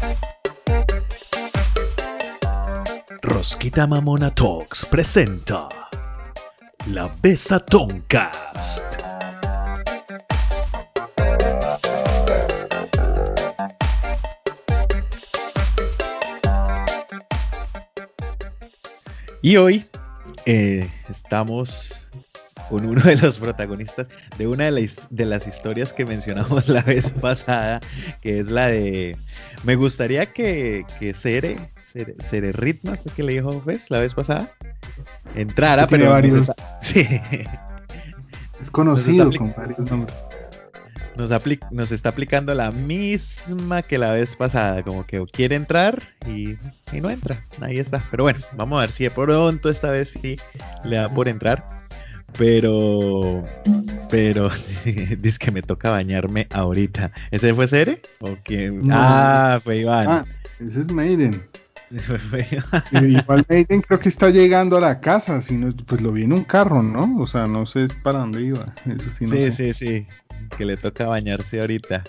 Rosquita Mamona Talks presenta La Besatoncast. Y hoy estamos con uno de los protagonistas de una de las historias que mencionamos la vez pasada, que es la de... Me gustaría que Cere Ritma, fue que le dijo Fes la vez pasada, entrara, pero varios. Sí. Es conocido con varios nombres. Nos está aplicando la misma que la vez pasada, como que quiere entrar y no entra, ahí está. Pero bueno, vamos a ver si de pronto esta vez sí le da por entrar. Pero dice que me toca bañarme ahorita. ¿Ese fue Cere? ¿O quién? No. Fue Iván. Ese es Maiden. Igual Maiden creo que está llegando a la casa, si no, pues lo vi en un carro, ¿no? O sea, no sé para dónde iba. Eso sí, no sé. Sí, que le toca bañarse ahorita.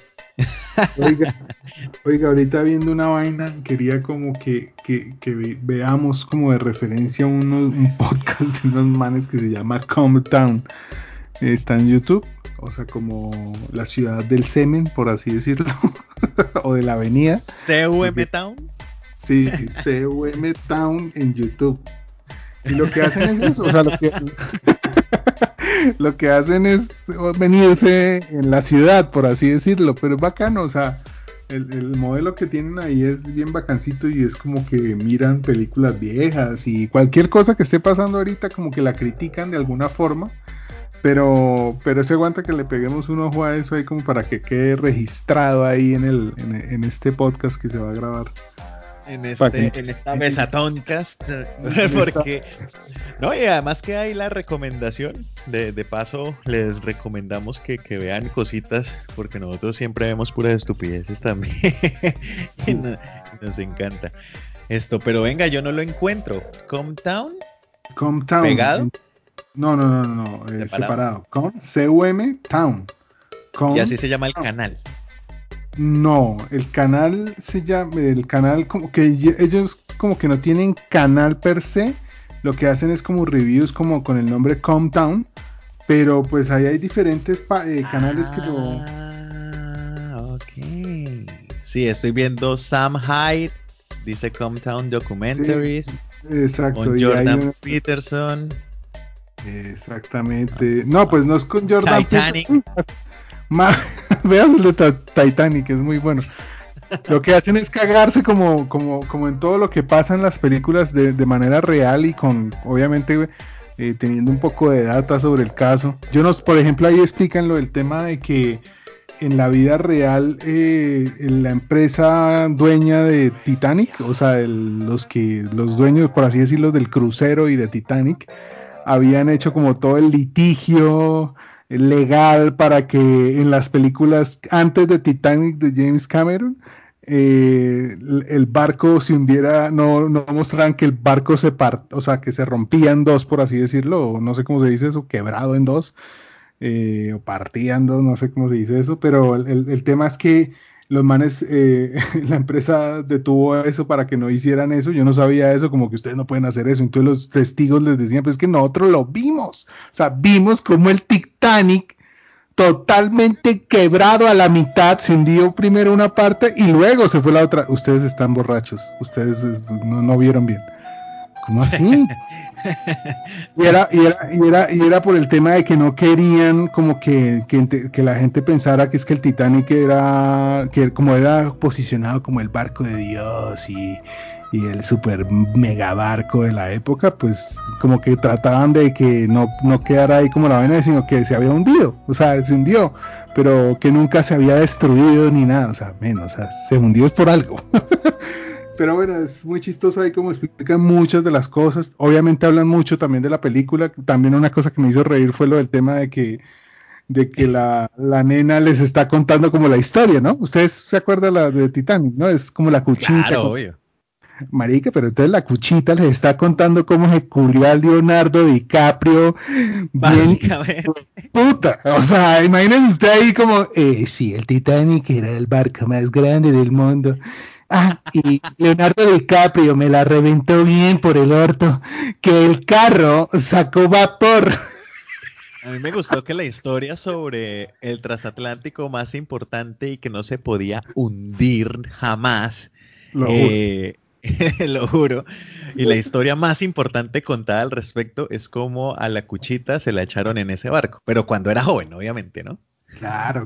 Oiga, ahorita viendo una vaina, quería como que veamos como de referencia un podcast de unos manes que se llama Calm Town. Está en YouTube, o sea, como la ciudad del semen, por así decirlo, o de la avenida. CUM Town. Sí, CUM Town en YouTube. Y lo que hacen es eso, o sea, lo que hacen es venirse en la ciudad, por así decirlo, pero es bacano, o sea, el modelo que tienen ahí es bien bacancito y es como que miran películas viejas y cualquier cosa que esté pasando ahorita como que la critican de alguna forma, pero se aguanta que le peguemos un ojo a eso ahí como para que quede registrado ahí en este podcast que se va a grabar. En esta Besatoncast, porque no, y además que hay la recomendación de paso les recomendamos que vean cositas, porque nosotros siempre vemos puras estupideces también y nos encanta esto, pero venga, yo no lo encuentro. Calm Town ¿pegado? No, separado. CUM Town. Y así se llama el canal. No, el canal como que ellos como que no tienen canal per se, lo que hacen es como reviews como con el nombre Calm Town, pero pues ahí hay diferentes canales que lo... Ok. Sí, estoy viendo Sam Hyde, dice Calm Town Documentaries. Sí, exacto. Con Jordan Peterson. Exactamente. No, pues no es con Jordan Titanic. Peterson. Veas el de Titanic, es muy bueno. Lo que hacen es cagarse como en todo lo que pasa en las películas de manera real y con, obviamente, teniendo un poco de data sobre el caso. Por ejemplo, ahí explican lo del tema de que en la vida real la empresa dueña de Titanic, o sea, los dueños, por así decirlo, del crucero y de Titanic, habían hecho como todo el litigio legal para que en las películas antes de Titanic de James Cameron el barco se hundiera, no mostraran que el barco o sea, que se rompía en dos, por así decirlo, o no sé cómo se dice eso, quebrado en dos, o partía en dos, no sé cómo se dice eso, pero el tema es que los manes, la empresa detuvo eso para que no hicieran eso. Yo no sabía eso, como que ustedes no pueden hacer eso. Entonces los testigos les decían, pues es que nosotros lo vimos. O sea, vimos como el Titanic totalmente quebrado a la mitad, se hundió primero una parte y luego se fue la otra. Ustedes están borrachos, ustedes no vieron bien. ¿Cómo así? Y era por el tema de que no querían como que la gente pensara que es que el Titanic que como era posicionado como el barco de Dios y el super mega barco de la época, pues como que trataban de que no quedara ahí como la vaina, sino que se había hundido, o sea, se hundió, pero que nunca se había destruido ni nada, o sea, se hundió es por algo. Pero bueno, es muy chistoso ahí como explican muchas de las cosas. Obviamente hablan mucho también de la película. También una cosa que me hizo reír fue lo del tema de que la nena les está contando como la historia, ¿no? Ustedes se acuerdan la de Titanic, ¿no? Es como la cuchita. Claro, obvio. Marica, pero entonces la cuchita les está contando cómo se culió a Leonardo DiCaprio. Básicamente. Puta, o sea, imagínense usted ahí como, sí, el Titanic era el barco más grande del mundo. Y Leonardo DiCaprio me la reventó bien por el orto, que el carro sacó vapor. A mí me gustó que la historia sobre el transatlántico más importante y que no se podía hundir jamás, Lo lo juro, y la historia más importante contada al respecto es cómo a la Cuchita se la echaron en ese barco, pero cuando era joven, obviamente, ¿no? Claro.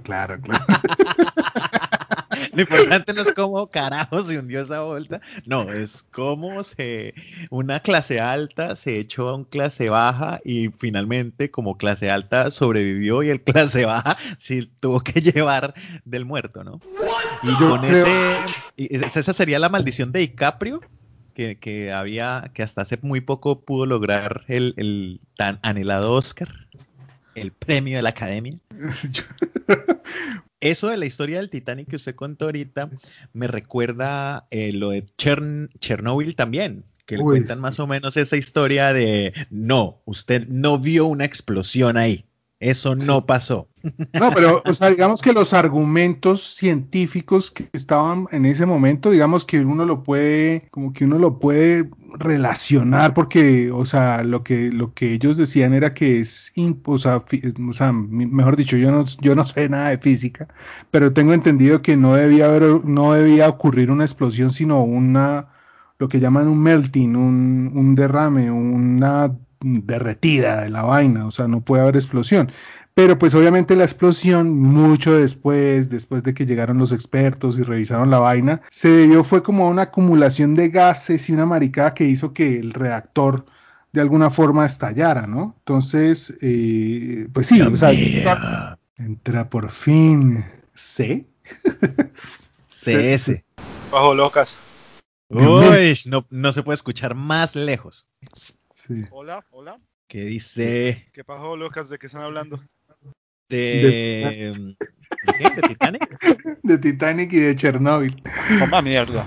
Lo importante no es cómo carajo se hundió esa vuelta, no, es cómo una clase alta se echó a un clase baja y finalmente como clase alta sobrevivió y el clase baja sí tuvo que llevar del muerto, ¿no? Y con esa sería la maldición de DiCaprio, que hasta hace muy poco pudo lograr el tan anhelado Oscar, el premio de la Academia. Eso de la historia del Titanic que usted contó ahorita me recuerda lo de Chernobyl también, que le cuentan más o menos esa historia de no, usted no vio una explosión ahí, eso no pasó. No, pero o sea, digamos que los argumentos científicos que estaban en ese momento, digamos que uno lo puede relacionar porque, o sea, lo que ellos decían era que mejor dicho, yo no sé nada de física, pero tengo entendido que no debía ocurrir una explosión, sino lo que llaman un melting, un derrame, una derretida de la vaina, o sea, no puede haber explosión. Pero pues obviamente la explosión, mucho después de que llegaron los expertos y revisaron la vaina, se debió fue como a una acumulación de gases y una maricada que hizo que el reactor de alguna forma estallara, ¿no? Entonces, pues sí, o sea, entra por fin CS. Bajo locas. Uy, no se puede escuchar más lejos. Sí. Hola. ¿Qué dice? ¿Qué pasó, locas? ¿De qué están hablando? ¿De qué? ¿De Titanic? De Titanic y de Chernobyl. Toma mierda.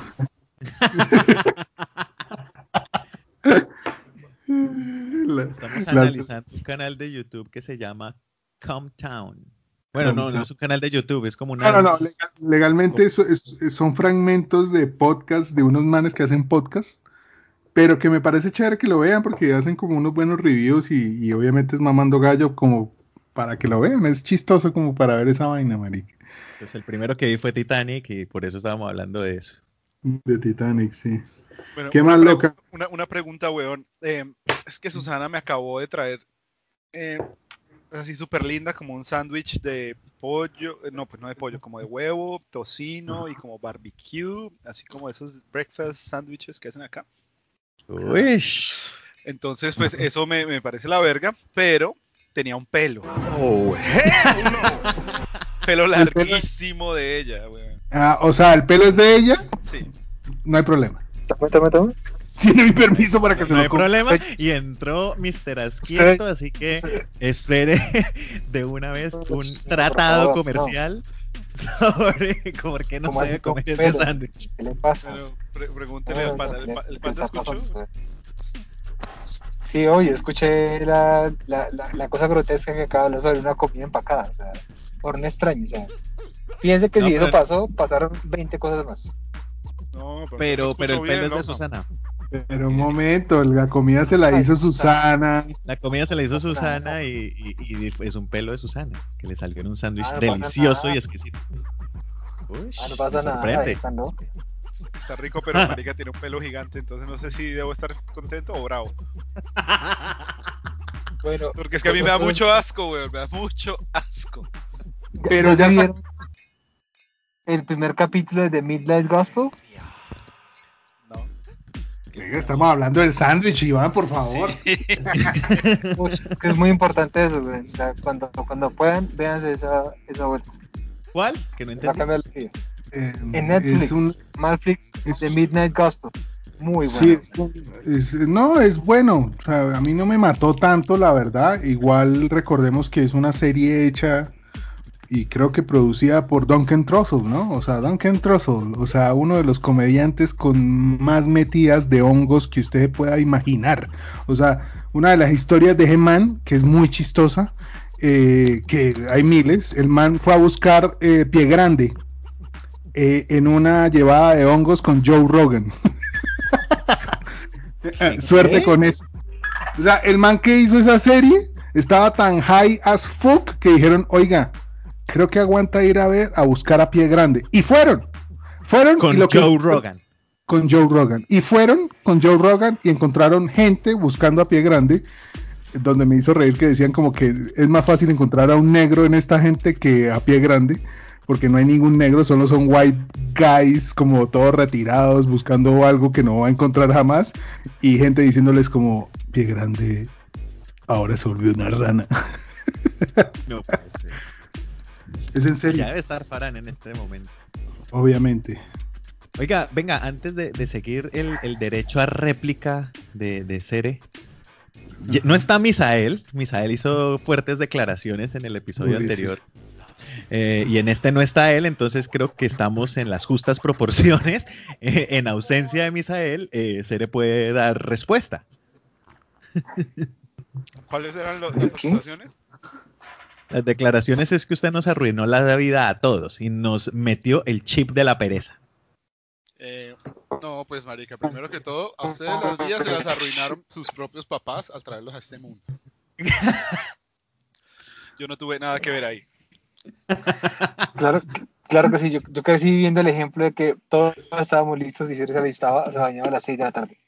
Estamos analizando un canal de YouTube que se llama Comtown. Bueno, no es un canal de YouTube, es como una... No, legalmente son fragmentos de podcast de unos manes que hacen podcast, pero que me parece chévere que lo vean porque hacen como unos buenos reviews y obviamente es mamando gallo como para que lo vean, es chistoso como para ver esa vaina, marica. Pues el primero que vi fue Titanic y por eso estábamos hablando de eso. De Titanic, sí. Bueno, ¿Qué más loca? Una pregunta, weón. Es que Susana me acabó de traer así súper linda, como un sándwich de pollo, no, pues no de pollo, como de huevo, tocino y como barbecue, así como esos breakfast sándwiches que hacen acá. Uy. Entonces, pues eso me parece la verga, pero tenía un pelo. Oh, Pelo larguísimo de ella, weón. O sea, ¿el pelo es de ella? Sí. No hay problema. Tome. Tiene mi permiso para que se no lo hay coma. problema. Y entró Mr. Asquieto, así que espere de una vez un tratado comercial sobre por qué no se debe comer ese sándwich. ¿Qué le pasa? Pero pregúntele al panda. ¿El panda escuchó? Sí, oye, escuché la cosa grotesca que acaba de hablar sobre una comida empacada, o sea, por un extraño, o sea. Fíjense que si eso pasó, pasaron 20 cosas más. No, pero el pelo es de Susana. Pero un momento, la comida se la hizo Susana. La comida se la hizo Susana y es un pelo de Susana, que le salió en un sándwich no delicioso y exquisito. Uy, no pasa nada. Está rico, pero marica tiene un pelo gigante, entonces no sé si debo estar contento o bravo. Bueno, porque es que a mí me da mucho asco, güey, me da mucho asco. Pero ya vieron el primer capítulo de The Midnight Gospel. No. Estamos hablando del sándwich, Iván, por favor. Sí. Que es muy importante eso, güey. O sea, cuando puedan, véanse esa vuelta. ¿Cuál? Que no entendí. En Netflix, Malflix, The Midnight Gospel. Muy bueno. Sí, es bueno. O sea, a mí no me mató tanto, la verdad. Igual recordemos que es una serie hecha y creo que producida por Duncan Trussell, ¿no? O sea, Duncan Trussell, o sea, uno de los comediantes con más metidas de hongos que usted pueda imaginar. O sea, una de las historias de He-Man, que es muy chistosa, que hay miles, el man fue a buscar Pie Grande en una llevada de hongos con Joe Rogan. Suerte con eso. O sea, el man que hizo esa serie estaba tan high as fuck que dijeron, oiga, creo que aguanta ir a buscar a Pie Grande. Y fueron con Joe Rogan. Con Joe Rogan. Y fueron con Joe Rogan y encontraron gente buscando a Pie Grande, donde me hizo reír que decían como que es más fácil encontrar a un negro en esta gente que a Pie Grande, porque no hay ningún negro, solo son white guys como todos retirados buscando algo que no va a encontrar jamás, y gente diciéndoles como, Pie Grande ahora se volvió una rana. No puede ser. Es en serio. Ya debe estar Farhan en este momento. Obviamente. Oiga, venga, antes de seguir el derecho a réplica de Cere, no está Misael. Misael hizo fuertes declaraciones en el episodio anterior. Y en este no está él, entonces creo que estamos en las justas proporciones. En ausencia de Misael, Cere puede dar respuesta. ¿Cuáles eran las acusaciones? Las declaraciones es que usted nos arruinó la vida a todos y nos metió el chip de la pereza. No, pues marica, primero que todo, a ustedes las vidas se las arruinaron sus propios papás al traerlos a este mundo. Yo no tuve nada que ver ahí. Claro que sí, yo crecí viendo el ejemplo de que todos estábamos listos y se alistaba, se bañaba a las 6 de la tarde.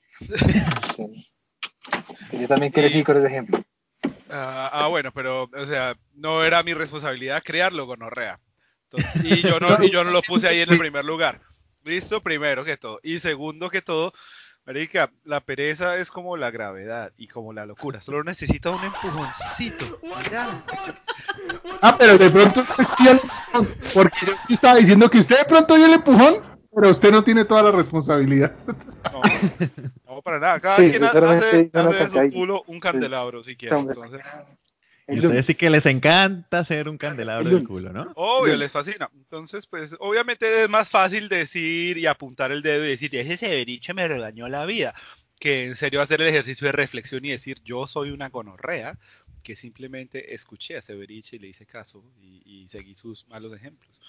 Yo también crecí con ese ejemplo. Bueno, pero, o sea, no era mi responsabilidad crearlo, gonorrea. Entonces, y yo no lo puse ahí en el primer lugar. Listo, primero que todo. Y segundo que todo, marica, la pereza es como la gravedad y como la locura. Solo necesita un empujoncito. Mira. Pero de pronto usted es que porque yo estaba diciendo que usted de pronto dio el empujón, pero usted no tiene toda la responsabilidad. No, para nada. Cada quien hace de su culo un candelabro, si quiere. Entonces, y ustedes sí que les encanta hacer un candelabro del culo, ¿no? Obvio, les fascina. Entonces, pues, obviamente es más fácil decir y apuntar el dedo y decir, ese Severiche me regañó la vida, que en serio hacer el ejercicio de reflexión y decir, yo soy una gonorrea, que simplemente escuché a Severiche y le hice caso y seguí sus malos ejemplos.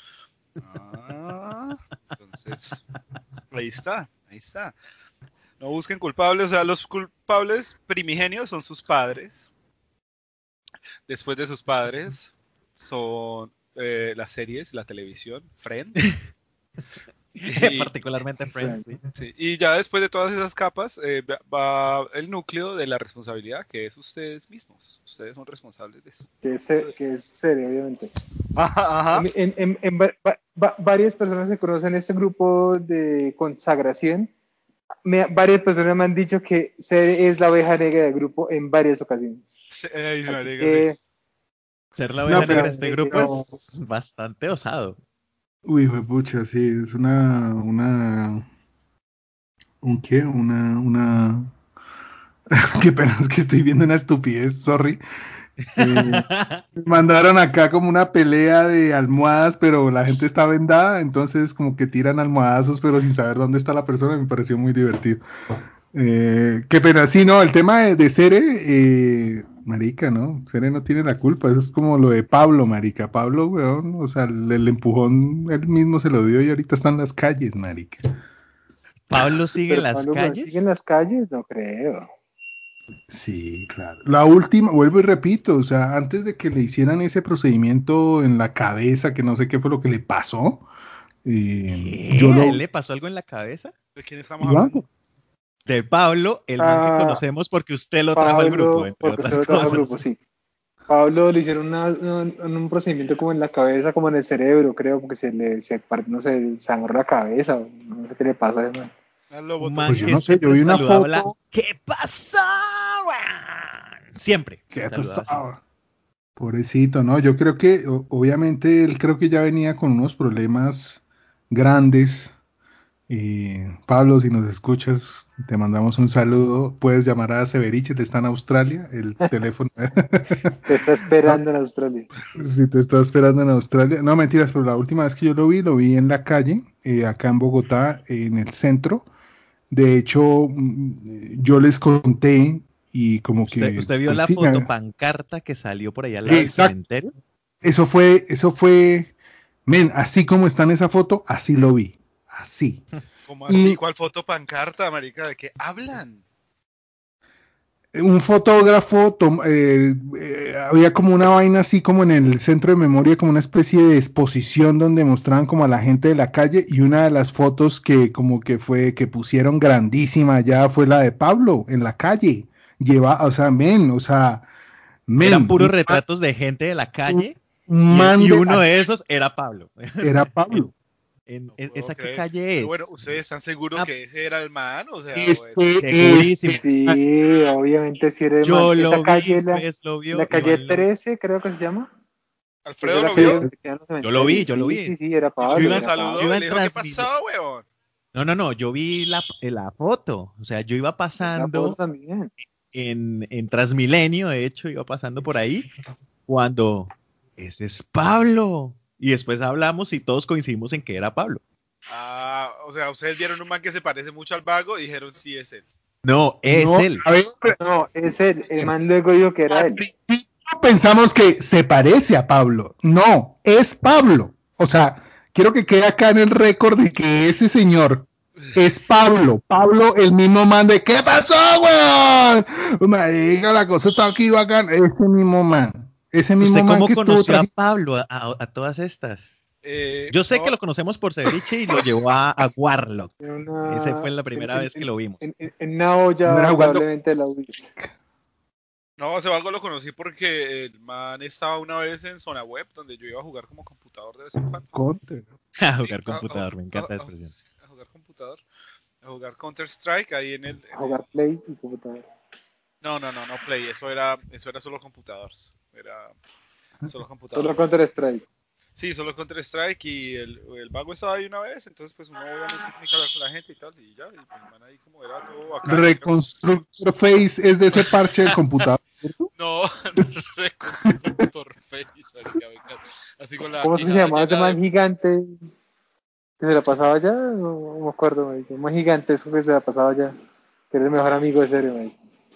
Entonces, ahí está. No busquen culpables, o sea, los culpables primigenios son sus padres. Después de sus padres son las series, la televisión, Friends. Particularmente Friends. Sí. Y ya después de todas esas capas va el núcleo de la responsabilidad, que es ustedes mismos. Ustedes son responsables de eso. Que es serio, obviamente. Ajá. Varias personas que conocen este grupo de consagración, varias personas me han dicho que Cere es la oveja negra del grupo en varias ocasiones. Sí. Ser la oveja negra de este grupo es bastante osado. Uy, pucha, sí, es ¿un qué? Qué pena, es que estoy viendo una estupidez, sorry. Me mandaron acá como una pelea de almohadas, pero la gente está vendada, entonces como que tiran almohadazos, pero sin saber dónde está la persona. Me pareció muy divertido. Qué pena, sí, no, el tema de Cere, marica, ¿no? Cere no tiene la culpa, eso es como lo de Pablo, marica. Pablo, weón, o sea, el empujón él mismo se lo dio y ahorita está en las calles, marica. ¿Pablo sigue en las Pablo calles? ¿Sigue en las calles? No creo. Sí, claro. La última, vuelvo y repito, o sea, antes de que le hicieran ese procedimiento en la cabeza, que no sé qué fue lo que le pasó. ¿Le pasó algo en la cabeza? ¿De quién estamos hablando? De Pablo, el man que conocemos porque usted lo trajo al grupo, entre otras cosas. Sí. Pablo le hicieron un procedimiento como en la cabeza, como en el cerebro, creo, porque se sangró la cabeza, no sé qué le pasó a ese man. Pues yo no sé, yo vi una foto. ¿Qué pasó? Siempre. ¿Qué pasaba? Pobrecito, ¿no? Yo creo que, obviamente, él creo que ya venía con unos problemas grandes. Pablo, si nos escuchas, te mandamos un saludo. Puedes llamar a Severiche, está en Australia, el teléfono. Te está esperando en Australia. Sí, te está esperando en Australia. No, mentiras, pero la última vez que yo lo vi en la calle, acá en Bogotá, en el centro. De hecho, yo les conté y como que... ¿Usted vio la foto pancarta que salió por allá al lado del cementerio? Eso fue Men, así como está en esa foto, así lo vi. Así. ¿Cómo así? ¿Cuál foto pancarta, marica? ¿De qué hablan? Un fotógrafo, había como una vaina así como en el centro de memoria, como una especie de exposición donde mostraban como a la gente de la calle, y una de las fotos que como que pusieron grandísima ya fue la de Pablo en la calle. Eran puros retratos de gente de la calle. Y uno de esos era Pablo. Era Pablo. ¿Esa qué calle es? Bueno, ¿ustedes están seguros que ese era el man? O sea, segurísimo. Sí, obviamente sí era el man. Yo Esa lo calle, vi, la calle 13, creo que se llama. ¿Alfredo lo vio? Yo lo vi. Sí, era Pablo. Yo le dijo, ¿qué pasó, weón? No, yo vi la foto. O sea, yo iba pasando en Transmilenio, de hecho, iba pasando por ahí, cuando ese es Pablo. Y después hablamos y todos coincidimos en que era Pablo. Ah, o sea, ustedes vieron un man que se parece mucho al vago y dijeron sí es él. No, es él. No, es él. El man luego dijo que era él. Pensamos que se parece a Pablo. No, es Pablo. O sea, quiero que quede acá en el récord de que ese señor es Pablo. Pablo, el mismo man de ¿qué pasó, weón? Marica, la cosa está aquí bacán. Ese mismo man. Ese mismo ¿Usted man cómo que conoció a Pablo, a todas estas? Yo sé que lo conocemos por Ceviche y lo llevó a Warlock. Esa fue la primera vez que lo vimos. En una olla, probablemente la UIS. No, ese vago lo conocí porque el man estaba una vez en Zona Web, donde yo iba a jugar como computador de vez en cuando. A jugar computador, me encanta la expresión. A jugar computador. A jugar Counter-Strike ahí en el... A jugar Play y computador. No Play, eso era solo computadores. Era solo computadores. Solo Counter-Strike. Sí, solo Counter-Strike y el vago estaba ahí una vez, entonces pues uno obviamente tiene que hablar con la gente y tal, y ya, y el man ahí como era todo acá. Reconstructor Face es de ese parche del computador. No, Reconstructor Face, así con la... ¿Cómo se llamaba ese man gigante que se la pasaba allá? No me acuerdo, man. Un man gigantesco que se la pasaba allá, que era el mejor amigo de Serio, man.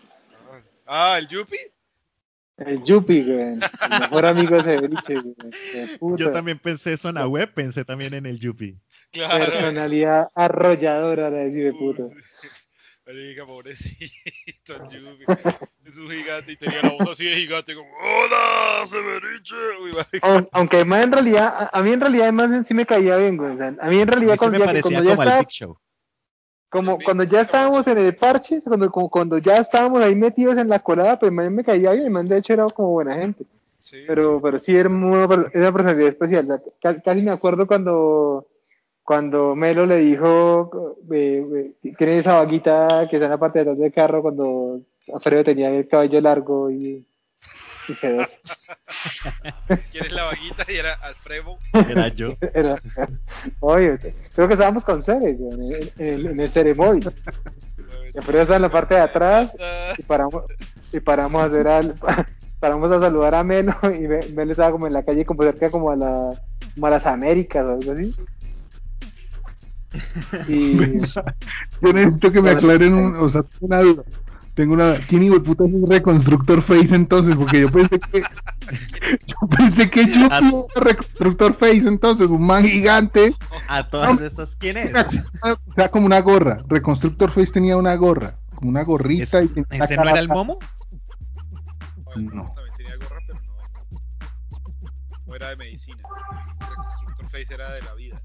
¿El Yuppie? El Yuppie, güey. El mejor amigo de Ceviche, güey. Yo también pensé Zona Web, pensé también en el Yuppie. Claro. Personalidad arrolladora, la de puta. Marica, pobrecito, el Yuppie. Es un gigante y tenía la voz así de gigante, como ¡hola, Severiche! Aunque además en realidad, a mí en realidad además sí me caía bien, güey. O sea, a mí en realidad cuando ya estaba... Cuando ya estábamos en el parche, cuando ya estábamos ahí metidos en la colada, pues me caía bien, man, de hecho era como buena gente. Sí, pero sí era una personalidad especial. Casi me acuerdo cuando Melo le dijo, tiene esa vaguita que está en la parte de atrás del carro, cuando Alfredo tenía el cabello largo y se des. ¿Quién es la vaguita? Y era Alfredo. Era yo. Oye, creo que estábamos con Cere, en el Cere Móvil. Alfredo estaba en la parte de atrás y paramos a saludar a Melo, y Melo estaba como en la calle, como cerca como a las Américas o algo así. Y yo necesito que me aclaren una duda. ¿Quién hijo de puta es un Reconstructor Face entonces? Porque yo pensé que yo fui un Reconstructor Face entonces, un man gigante. A todas estas, ¿quién es? O sea, como una gorra. Reconstructor Face tenía una gorra, como una gorrita. ¿Ese no era el Momo? No. También tenía gorra, pero no era de medicina. Reconstructor Face era de la vida.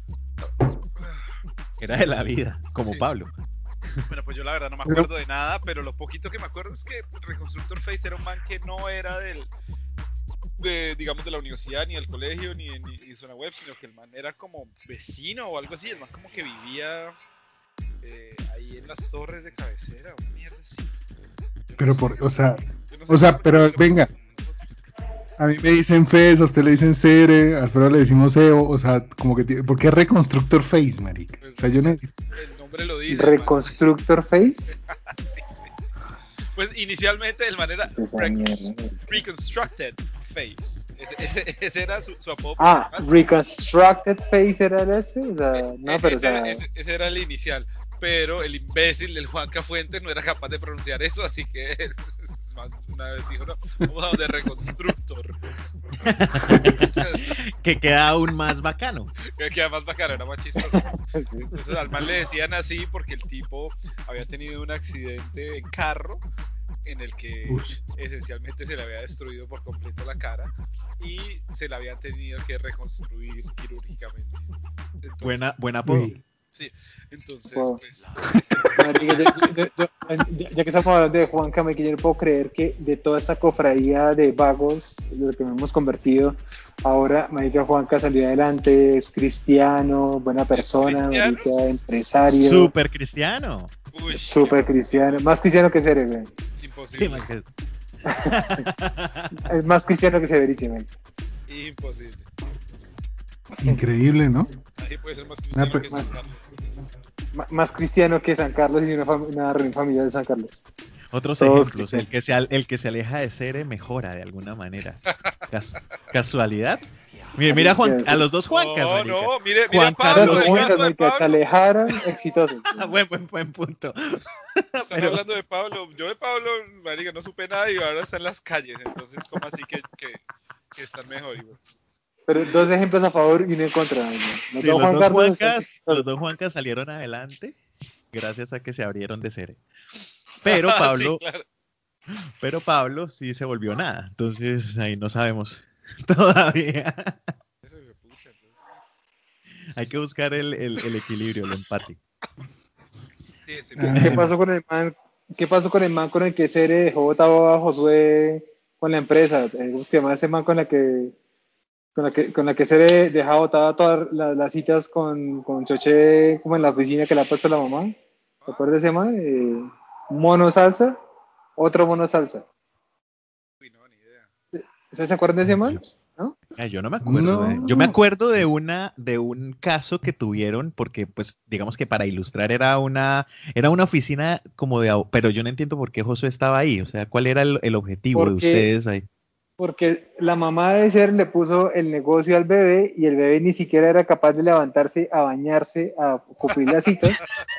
Era de la vida, como sí. Pablo. Bueno, pues yo la verdad no me acuerdo de nada, pero lo poquito que me acuerdo es que Reconstructor Face era un man que no era digamos, de la universidad, ni del colegio, ni Zona Web, sino que el man era como vecino o algo así. El man como que vivía ahí en las torres de cabecera, o mierda así. Pero pero venga. A mí me dicen Fez, a usted le dicen Cere, a Alfredo le decimos EO, o sea, como que ¿por qué Reconstructor Face, marica? O sea, yo necesito... El nombre lo dice. ¿Reconstructor Face? Sí. Pues inicialmente el man era Reconstructed Face. Ese era su apodo. Reconstructed Face era ese. O sea, no, pero ese era el inicial. Pero el imbécil del Juanca Fuentes no era capaz de pronunciar eso, así que una vez dijo, no, vamos a donde Reconstructor. Que queda aún más bacano. Que queda más bacano, era más chistoso. Entonces al man le decían así porque el tipo había tenido un accidente de carro en el que esencialmente se le había destruido por completo la cara y se la habían tenido que reconstruir quirúrgicamente. Entonces, Buena apodo. Sí, entonces, pues. Ya que estamos hablando de Juanca, yo no puedo creer que de toda esta cofradía de vagos, de lo que nos hemos convertido, ahora marica, Juanca salió adelante, es cristiano, buena persona, marica, empresario. Súper cristiano. Súper cristiano, más cristiano que Cere, güey. Imposible. Es más cristiano que Severiche, güey. Imposible. Increíble, ¿no? Nadie puede ser más cristiano que San Carlos. Más cristiano que San Carlos y una reunión familiar de San Carlos. Otros Todos ejemplos, el que se aleja de Cere mejora de alguna manera. ¿Casualidad? Mira Juan, a los dos Juancas, marica. No, mire Juan Pablo, Carlos, el caso de marica, se Pablo. alejaron exitosos. buen punto. Están hablando de Pablo. Yo de Pablo, marica, no supe nada y ahora está en las calles. Entonces, ¿cómo así que están mejor? Igual? Pero dos ejemplos a favor y uno en contra. Sí, los dos Juancas salieron adelante gracias a que se abrieron de Cere. Pero Pablo, Sí, claro. pero Pablo sí se volvió nada. Entonces ahí no sabemos todavía. Eso es de pucha, entonces. Hay que buscar el equilibrio, el empate. Sí, sí. ¿Qué pasó con el man? ¿Qué pasó con el man con el que Cere dejó botado a Josué con la empresa? ¿Cómo se llama ese man con la que Cere dejaba botada todas las citas con Choché como en la oficina que le ha puesto la mamá? ¿Te acuerdas de ese man? Mono salsa, otro mono salsa. Uy, no, ni idea. ¿Se acuerdan de ese man? ¿No? Yo no me acuerdo. No. Yo me acuerdo de un caso que tuvieron, porque pues digamos que para ilustrar era una oficina como pero yo no entiendo por qué Josué estaba ahí. O sea, ¿cuál era el objetivo de ustedes ahí? Porque la mamá de Ser le puso el negocio al bebé y el bebé ni siquiera era capaz de levantarse a bañarse, a cumplir las citas.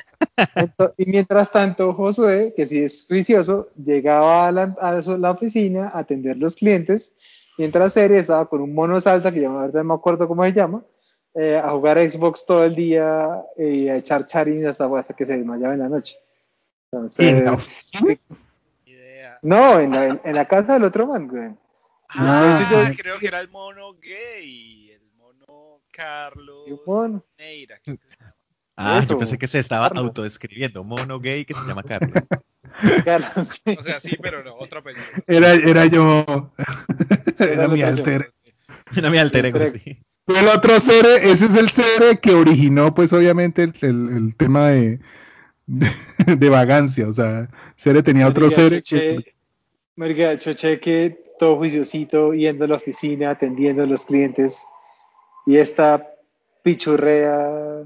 Y mientras tanto, Josué, que sí es juicioso, llegaba a la oficina a atender los clientes, mientras Seri estaba con un mono salsa, que yo ahorita no me acuerdo cómo se llama, a jugar a Xbox todo el día y a echar charin hasta que se desmayaba en la noche. Entonces, Idea. no, en la casa del otro man, güey. Yo creo que era el mono gay, el mono Carlos Neira. Eso, Yo pensé que se estaba Carlos. autodescribiendo. Mono gay que se llama Carlos. Carlos. O sea, sí, pero no, otro apellido. Era yo. Era mi alter. No me alter ego, sí. El otro Cere, ese es el Cere que originó, pues obviamente, el tema de vagancia. O sea, Cere tenía otro Cere. Marica, Choché que todo juiciosito, yendo a la oficina, atendiendo a los clientes. Y esta pichurrea.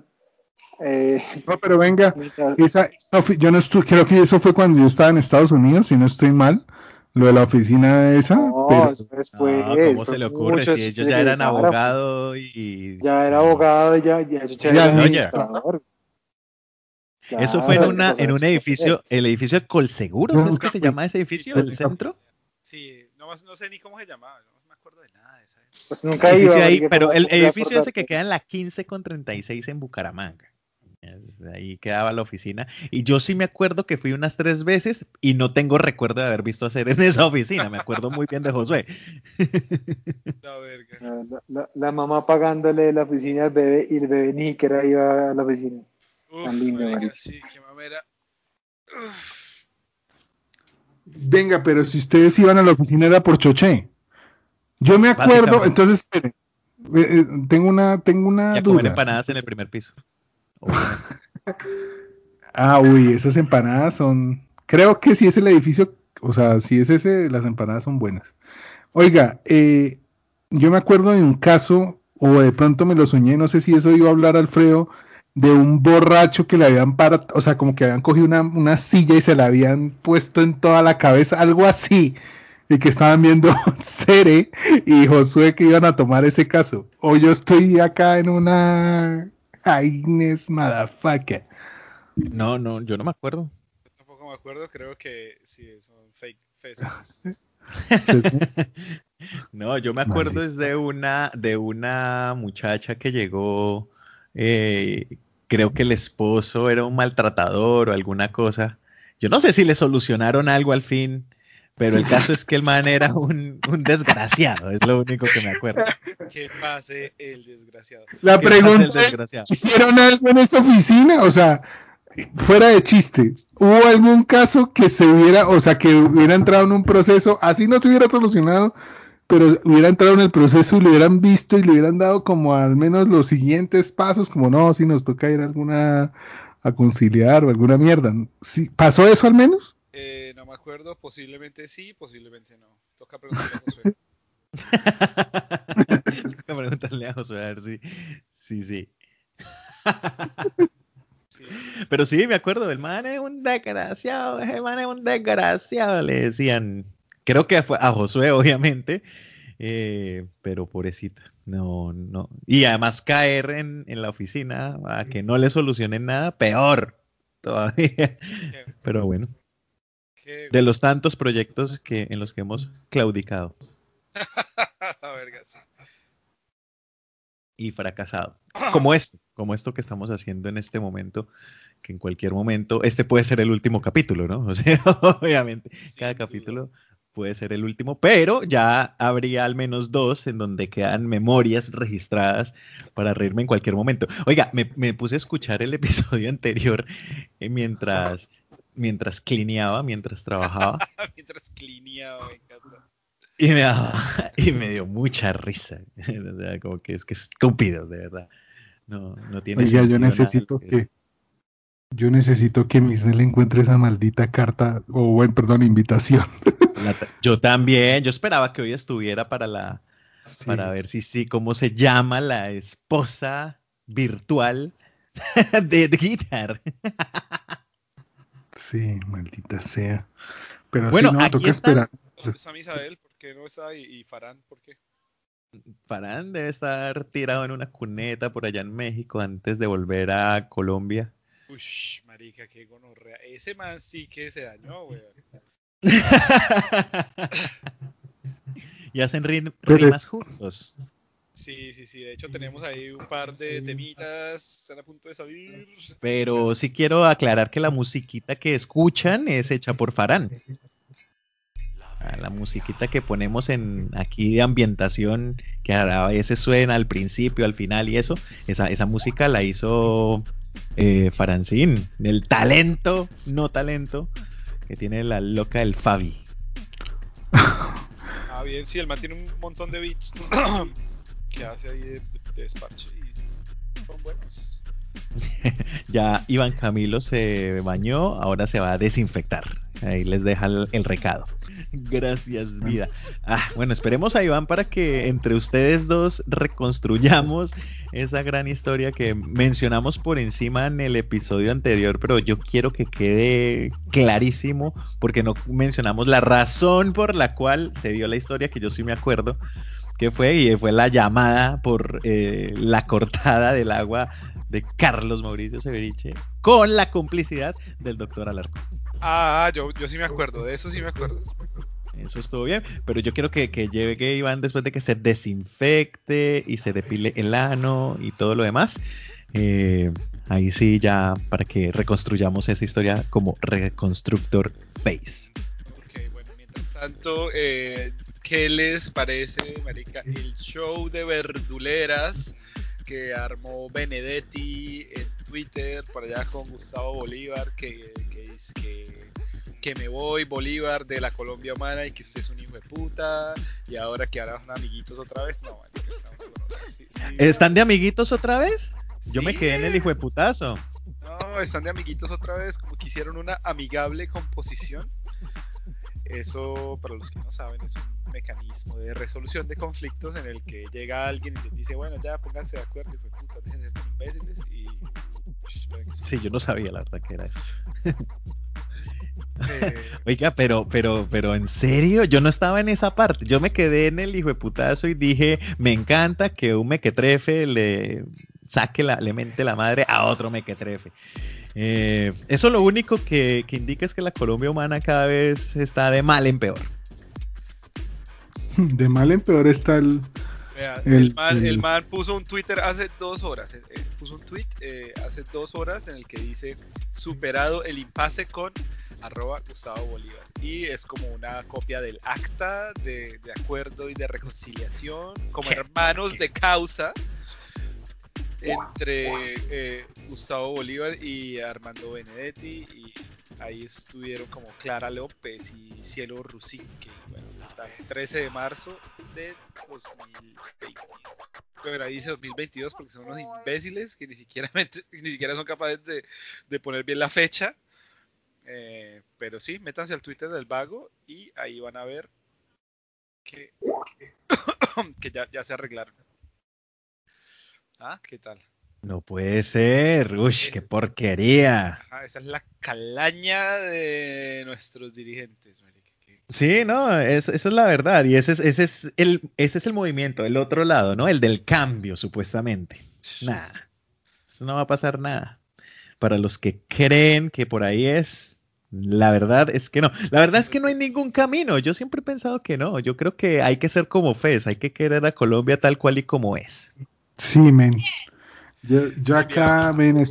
No, pero venga, creo que eso fue cuando yo estaba en Estados Unidos, si no estoy mal, lo de la oficina esa. No, pero... después. ¿Cómo se le ocurre? Si ellos ya eran abogados y... Ya era abogado, ya era administrador. Eso fue en un edificio, el edificio de Colseguros, ¿es que se llama ese edificio, el centro? Sí, no sé ni cómo se llamaba, no me acuerdo de nada de esa. Pues nunca iba. Ahí, pero el edificio ese que queda en la 15 con 36 en Bucaramanga. Ahí quedaba la oficina. Y yo sí me acuerdo que fui unas 3 veces y no tengo recuerdo de haber visto hacer en esa oficina. Me acuerdo muy bien de Josué. La mamá pagándole la oficina al bebé y el bebé ni siquiera iba a la oficina. Tan lindo, marica, sí, qué mamera. Venga, pero si ustedes iban a la oficina era por Choché. Yo me acuerdo, entonces, esperen, tengo una y a comer empanadas en el primer piso. Esas empanadas son, creo que si es el edificio, o sea, si es ese, las empanadas son buenas. Oiga, yo me acuerdo de un caso, o de pronto me lo soñé, no sé si eso iba a hablar Alfredo, de un borracho que le habían parado, o sea, como que habían cogido una silla y se la habían puesto en toda la cabeza, algo así, y que estaban viendo Cere y Josué que iban a tomar ese caso. O yo estoy acá en una... Inés motherfucker. No, yo no me acuerdo. Yo tampoco me acuerdo, creo que sí, son fake Facebook. No, yo me acuerdo es de una muchacha que llegó, creo que el esposo era un maltratador o alguna cosa. Yo no sé si le solucionaron algo al fin, pero el caso es que el man era un desgraciado, es lo único que me acuerdo. Que pase el desgraciado. La pregunta es, ¿hicieron algo en esa oficina? O sea, fuera de chiste, ¿hubo algún caso que se hubiera, o sea, que hubiera entrado en un proceso, así no se hubiera solucionado, pero hubiera entrado en el proceso y lo hubieran visto y le hubieran dado como al menos los siguientes pasos, como no, si nos toca ir a conciliar o alguna mierda? ¿Sí, pasó eso al menos? No me acuerdo, posiblemente sí, posiblemente no. Toca preguntarle a Josué. Toca preguntarle a Josué a ver si. Sí. Pero sí, me acuerdo, el man es un desgraciado, le decían. Creo que fue a Josué, obviamente, pero pobrecita, no. Y además caer en la oficina a que no le solucionen nada, peor todavía. Pero bueno, de los tantos proyectos en los que hemos claudicado. La verga, sí. Y fracasado. Como esto que estamos haciendo en este momento, que en cualquier momento, este puede ser el último capítulo, ¿no? O sea, obviamente, cada capítulo puede ser el último, pero ya habría al menos 2 en donde quedan memorias registradas para reírme en cualquier momento. Oiga, me puse a escuchar el episodio anterior mientras clineaba, mientras trabajaba. Mientras clineaba, me encanta. Y me dio mucha risa. O sea, como que es que estúpido, de verdad. No tiene sentido. Oiga, yo necesito que Misnel encuentre esa maldita carta, invitación. Yo también, yo esperaba que hoy estuviera para ver si cómo se llama la esposa virtual de Guitar. Sí, maldita sea. Pero bueno, sí, no, toca esperar. ¿Dónde está Misael? ¿Por qué no está? ¿Y Farán? ¿Por qué? Farán debe estar tirado en una cuneta por allá en México antes de volver a Colombia. Ush, marica, qué gonorrea. Ese man sí que se dañó, weón. Y hacen rimas juntos. Sí. De hecho, tenemos ahí un par de temitas. Están a punto de salir. Pero sí quiero aclarar que la musiquita que escuchan es hecha por Farán. La musiquita que ponemos aquí de ambientación, que a veces suena al principio, al final y eso, esa música la hizo Farancín, el talento, no talento, que tiene la loca del Fabi. Bien, sí, el man tiene un montón de beats que hace ahí de desparche y son buenos. Ya Iván Camilo se bañó, ahora se va a desinfectar. Ahí les deja el recado. Gracias, vida. Bueno, esperemos a Iván para que entre ustedes dos reconstruyamos esa gran historia que mencionamos por encima en el episodio anterior, pero yo quiero que quede clarísimo porque no mencionamos la razón por la cual se dio la historia, que yo sí me acuerdo que fue la llamada por la cortada del agua de Carlos Mauricio Severiche con la complicidad del doctor Alarcón. Yo sí me acuerdo, de eso sí me acuerdo. Eso estuvo bien, pero yo quiero que llegue Iván después de que se desinfecte y se depile el ano y todo lo demás. Ahí sí ya para que reconstruyamos esa historia como Reconstructor Face. Ok, bueno, mientras tanto, ¿qué les parece, marica, el show de verduleras que armó Benedetti en Twitter por allá con Gustavo Bolívar, que dice que me voy, Bolívar, de la Colombia humana y que usted es un hijo de puta, y ahora que ahora son amiguitos otra vez? No, marica, sí, ¿están de amiguitos otra vez? Sí. Yo me quedé en el hijo de putazo. No, están de amiguitos otra vez, como que hicieron una amigable composición. Eso, para los que no saben, es un mecanismo de resolución de conflictos en el que llega alguien y les dice, bueno, ya pónganse de acuerdo, hijo de puta, dejen de ser imbéciles y... Sí, yo no sabía la verdad que era eso. Oiga, pero en serio, yo no estaba en esa parte. Yo me quedé en el hijo de putazo y dije, me encanta que un mequetrefe le le mente la madre a otro mequetrefe. Eso lo único que indica es que la Colombia humana cada vez está de mal en peor. De mal en peor está el man puso un Twitter hace 2 horas. Puso un tweet hace 2 horas en el que dice: superado el impasse con @Gustavo Bolívar. Y es como una copia del acta de acuerdo y de reconciliación, como hermanos de causa, entre Gustavo Bolívar y Armando Benedetti, y ahí estuvieron como Clara López y Cielo Rusinque. Bueno, 13 de marzo de 2020. Pero ahí dice 2022 porque son unos imbéciles que ni siquiera son capaces de poner bien la fecha. Pero sí, métanse al Twitter del Vago y ahí van a ver que ya se arreglaron. ¿Ah? ¿Qué tal? No puede ser. Uy, qué porquería. Esa es la calaña de nuestros dirigentes, marica. Sí, no, esa es la verdad. Y ese es el movimiento, el otro lado, ¿no? El del cambio, supuestamente. Nada. Eso no va a pasar nada. Para los que creen que por ahí es, la verdad es que no. La verdad es que no hay ningún camino. Yo siempre he pensado que no. Yo creo que hay que ser como Fez. Hay que querer a Colombia tal cual y como es. Sí, men. Yo acá, men,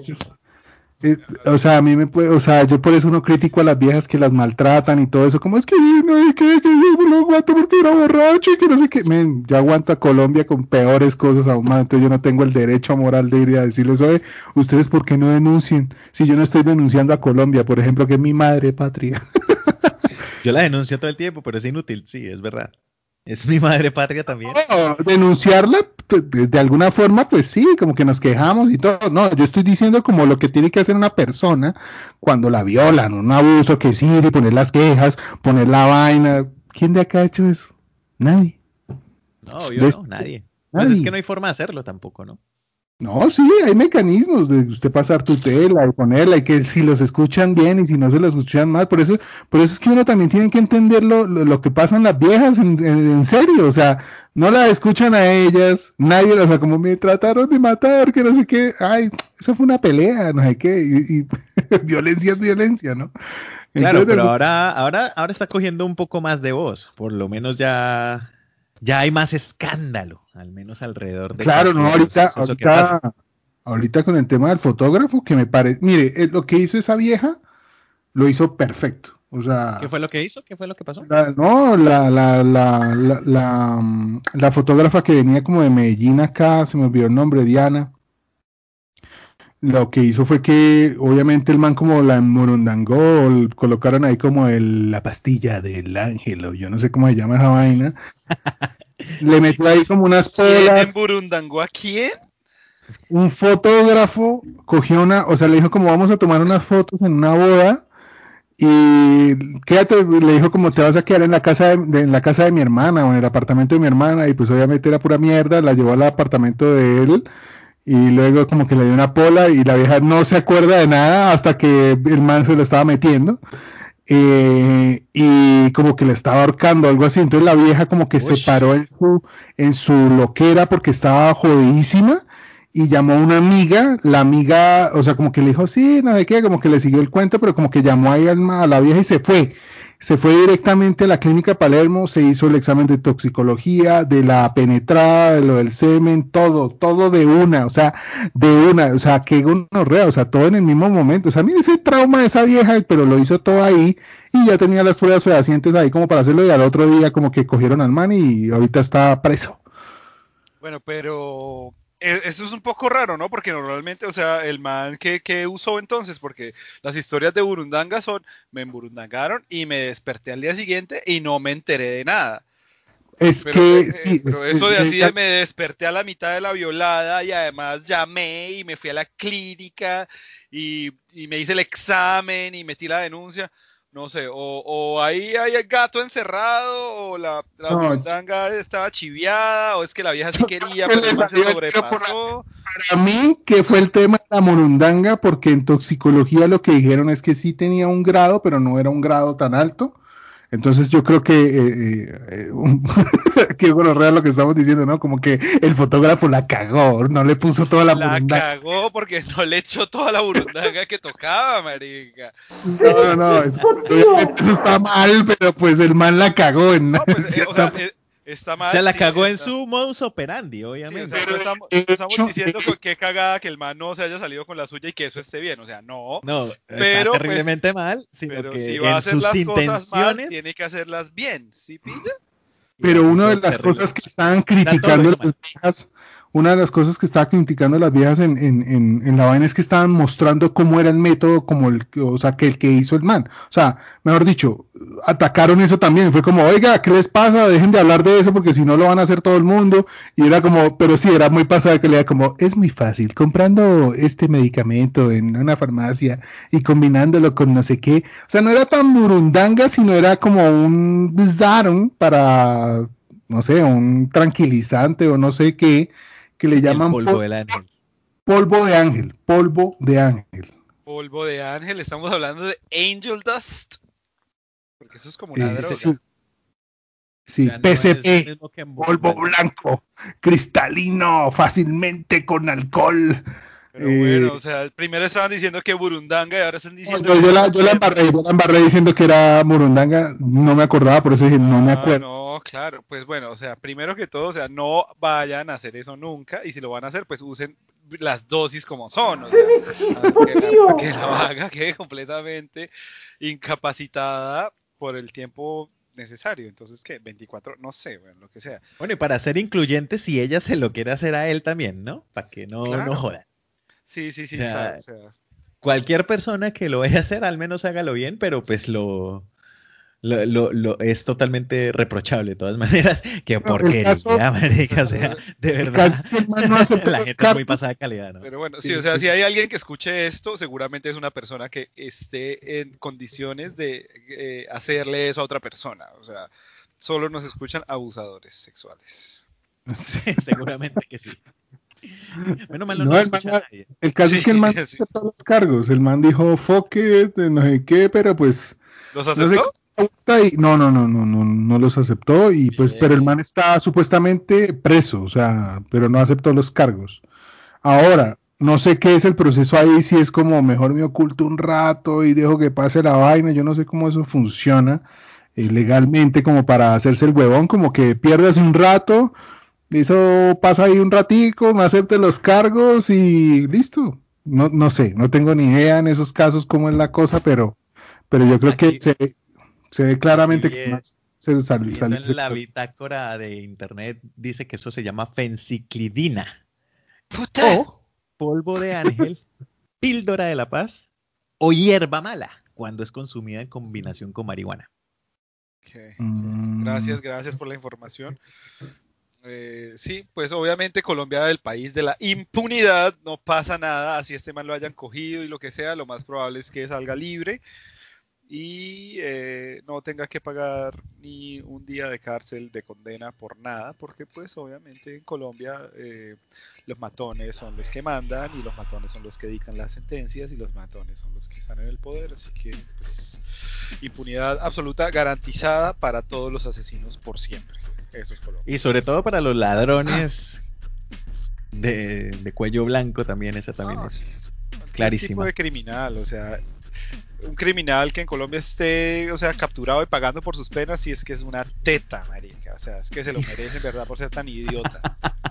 o sea, a mí me puede, o sea, yo por eso no critico a las viejas que las maltratan y todo eso, como es que no hay que yo lo aguanto porque era borracho y que no sé qué, men, yo aguanto a Colombia con peores cosas aún más, entonces yo no tengo el derecho moral de ir a decirles, oye, ustedes por qué no denuncien, si yo no estoy denunciando a Colombia, por ejemplo, que es mi madre patria. Yo la denuncio todo el tiempo, pero es inútil, sí, es verdad. Es mi madre patria también. No, denunciarla, pues, de alguna forma, pues sí, como que nos quejamos y todo. No, yo estoy diciendo como lo que tiene que hacer una persona cuando la violan, un abuso, que sí, poner las quejas, poner la vaina. ¿Quién de acá ha hecho eso? Nadie. No, obvio no, nadie. Pues es que no hay forma de hacerlo tampoco, ¿no? No, sí, hay mecanismos de usted pasar tutela y ponerla, y que si los escuchan bien y si no se los escuchan mal, por eso es que uno también tiene que entender lo que pasan las viejas en serio, o sea, no la escuchan a ellas, nadie, o sea, como me trataron de matar, que no sé qué, ay, eso fue una pelea, no sé qué, y violencia es violencia, ¿no? Claro, pero ahora está cogiendo un poco más de voz, por lo menos ya hay más escándalo, al menos alrededor de... Claro, no, ahorita con el tema del fotógrafo, que me parece, mire, lo que hizo esa vieja, lo hizo perfecto, o sea... ¿Qué fue lo que hizo? ¿Qué fue lo que pasó? La fotógrafa que venía como de Medellín acá, se me olvidó el nombre, Diana, lo que hizo fue que, obviamente, el man como la morundangó, colocaron ahí como la pastilla del ángel, o yo no sé cómo se llama esa vaina. Le metió ahí como unas polas. ¿Quién emburundangó a quién? Un fotógrafo cogió o sea, le dijo como vamos a tomar unas fotos en una boda, y quédate, le dijo como te vas a quedar en la casa de mi hermana, o en el apartamento de mi hermana, y pues obviamente era pura mierda, la llevó al apartamento de él. Y luego como que le dio una pola y la vieja no se acuerda de nada hasta que el man se lo estaba metiendo. Y como que le estaba ahorcando, algo así. Entonces la vieja como que se paró en su loquera porque estaba jodidísima y llamó a una amiga. La amiga, o sea, como que le dijo, sí, no sé qué, como que le siguió el cuento, pero como que llamó ahí a la vieja y se fue. Se fue directamente a la clínica Palermo, se hizo el examen de toxicología, de la penetrada, de lo del semen, todo de una, o sea, qué gonorrea, o sea, todo en el mismo momento. O sea, mire ese trauma de esa vieja, pero lo hizo todo ahí y ya tenía las pruebas fehacientes ahí como para hacerlo, y al otro día como que cogieron al man y ahorita está preso. Bueno, pero eso es un poco raro, ¿no? Porque normalmente, o sea, el man que usó entonces, porque las historias de Burundanga son, me emburundangaron y me desperté al día siguiente y no me enteré de nada. Pero eso de así de me desperté a la mitad de la violada y además llamé y me fui a la clínica y me hice el examen y metí la denuncia. No sé, o ahí hay el gato encerrado, o la burundanga estaba chiviada, o es que la vieja sí quería, pero se sobrepasó. Para mí, que fue el tema de la morundanga, porque en toxicología lo que dijeron es que sí tenía un grado, pero no era un grado tan alto. Entonces yo creo que que bueno, real lo que estamos diciendo, ¿no? Como que el fotógrafo la cagó, no le puso toda la burundanga. La cagó porque no le echó toda la burundanga que tocaba, marica. No, eso está mal, pero pues el man la cagó en está mal. Se la cagó en su modus operandi, obviamente. Sí, o sea, no estamos diciendo que qué cagada que el man no se haya salido con la suya y que eso esté bien, o sea, no. No, pero está terriblemente mal, sino pero que si va a hacer sus las intenciones cosas mal, tiene que hacerlas bien, ¿sí pilla? Pero una de las cosas que estaban criticando las viejas, una de las cosas que estaba criticando las viejas en la vaina es que estaban mostrando cómo era el método, como el que hizo el man. O sea, mejor dicho, atacaron eso también. Fue como, oiga, ¿qué les pasa? Dejen de hablar de eso porque si no lo van a hacer todo el mundo. Y era como, pero sí, era muy pasada que le era como, es muy fácil, comprando este medicamento en una farmacia y combinándolo con no sé qué. O sea, no era tan burundanga, sino era como un bizarro para, no sé, un tranquilizante o no sé qué, que le llaman polvo del ángel. Polvo de ángel, polvo de ángel. Polvo de ángel, estamos hablando de Angel Dust. Porque eso es como una droga. Sí, o sea, PCP, no polvo blanco, cristalino, fácilmente con alcohol. Pero bueno, o sea, primero estaban diciendo que burundanga y ahora están diciendo... Yo la embarré diciendo que era burundanga, no me acordaba, por eso dije, no me acuerdo. No, claro, pues bueno, o sea, primero que todo, o sea, no vayan a hacer eso nunca, y si lo van a hacer, pues usen las dosis como son, o sea, que la vaga quede completamente incapacitada por el tiempo necesario. Entonces, ¿qué? 24, no sé, bueno, lo que sea. Bueno, y para ser incluyente, si ella se lo quiere hacer a él también, ¿no? Para que no jodan. Sí, o sea, claro, o sea. Cualquier persona que lo vaya a hacer, al menos hágalo bien, pero pues lo es totalmente reprochable de todas maneras. Qué porquería, marica, o sea, de verdad, la gente es muy pasada de calidad, ¿no? Pero bueno, sí, o sea, si hay alguien que escuche esto, seguramente es una persona que esté en condiciones de hacerle eso a otra persona, o sea, solo nos escuchan abusadores sexuales. Sí, seguramente que sí. Menos mal el caso es que el man aceptó los cargos. El man dijo fuck it, no sé qué, pero pues ¿los aceptó? No los aceptó y pues, pero el man está supuestamente preso, o sea, pero no aceptó los cargos. Ahora, no sé qué es el proceso ahí, si es como mejor me oculto un rato y dejo que pase la vaina, yo no sé cómo eso funciona legalmente, como para hacerse el huevón, como que pierdas un rato. Eso pasa ahí un ratico, me acepte los cargos y listo. No sé, no tengo ni idea en esos casos cómo es la cosa, pero yo creo que se ve claramente que más se sale. En la bitácora de internet dice que eso se llama fenciclidina. ¡Puta! O polvo de ángel, píldora de la paz o hierba mala cuando es consumida en combinación con marihuana. Okay. Gracias por la información. Sí, pues obviamente Colombia es el país de la impunidad, no pasa nada, así este man lo hayan cogido y lo que sea, lo más probable es que salga libre y no tenga que pagar ni un día de cárcel de condena por nada, porque pues obviamente en Colombia los matones son los que mandan y los matones son los que dictan las sentencias y los matones son los que están en el poder, así que pues impunidad absoluta garantizada para todos los asesinos por siempre. Eso es Colombia. Y sobre todo para los ladrones de cuello blanco también, esa también es clarísima. Tipo de criminal, o sea, un criminal que en Colombia esté, o sea, capturado y pagando por sus penas, si es que es una teta, marica, o sea, es que se lo merece, en verdad, por ser tan idiota.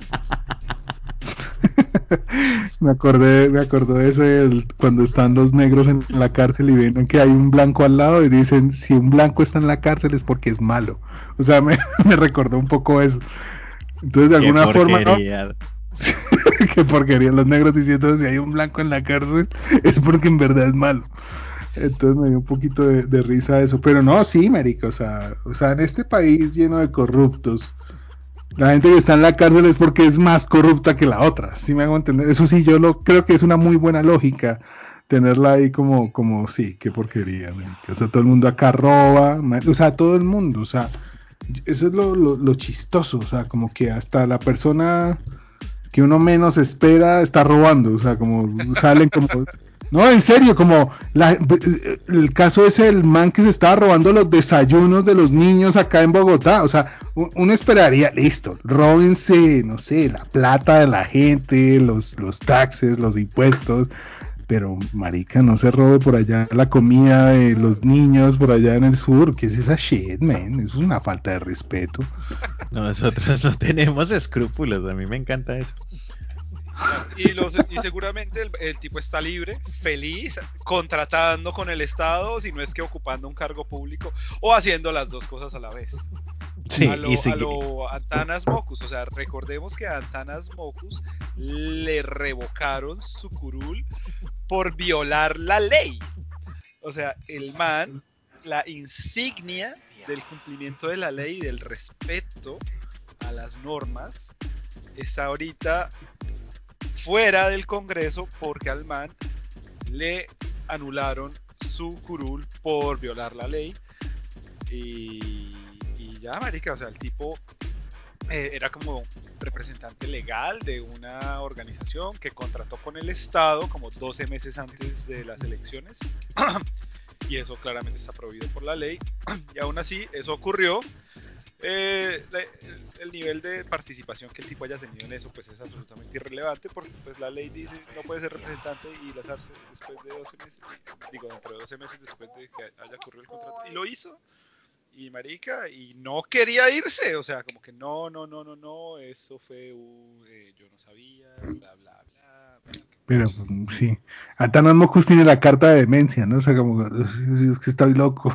Me acordé de ese cuando están los negros en la cárcel y ven que hay un blanco al lado y dicen, si un blanco está en la cárcel es porque es malo. O sea, me recordó un poco eso. Entonces, de alguna forma, ¿no? Qué porquería, los negros diciendo, si hay un blanco en la cárcel es porque en verdad es malo. Entonces me dio un poquito de risa eso. Pero no, sí, marica, o sea, en este país lleno de corruptos, la gente que está en la cárcel es porque es más corrupta que la otra, ¿sí me hago entender? Eso sí, creo que es una muy buena lógica tenerla ahí como sí, qué porquería, man. O sea, todo el mundo acá roba, o sea, todo el mundo, o sea, eso es lo chistoso, o sea, como que hasta la persona que uno menos espera está robando, o sea, como salen como No, en serio, como el caso es el man que se estaba robando los desayunos de los niños acá en Bogotá. O sea, uno esperaría, listo, róbense, no sé, la plata de la gente, los taxes, los impuestos. Pero, marica, no se robe por allá la comida de los niños por allá en el sur. ¿Qué es esa shit, man? Eso es una falta de respeto. Nosotros no tenemos escrúpulos, a mí me encanta eso. Y seguramente el tipo está libre, feliz, contratando con el Estado, si no es que ocupando un cargo público o haciendo las dos cosas a la vez. Sí, a lo Antanas Mockus, o sea, recordemos que a Antanas Mockus le revocaron su curul por violar la ley. O sea, el man, la insignia del cumplimiento de la ley y del respeto a las normas, está ahorita fuera del Congreso porque al man le anularon su curul por violar la ley y ya, marica, o sea, el tipo era como representante legal de una organización que contrató con el Estado como 12 meses antes de las elecciones y eso claramente está prohibido por la ley y aún así eso ocurrió. El nivel de participación que el tipo haya tenido en eso pues es absolutamente irrelevante porque pues la ley dice no puede ser representante y lanzarse después de 12 meses, dentro de 12 meses después de que haya ocurrido el contrato y lo hizo. Y marica, y no quería irse, o sea, como que no, eso fue yo no sabía, bla, bla, bla. Pero sí, Antanas Mockus tiene la carta de demencia, ¿no? O sea, como, es que estoy loco.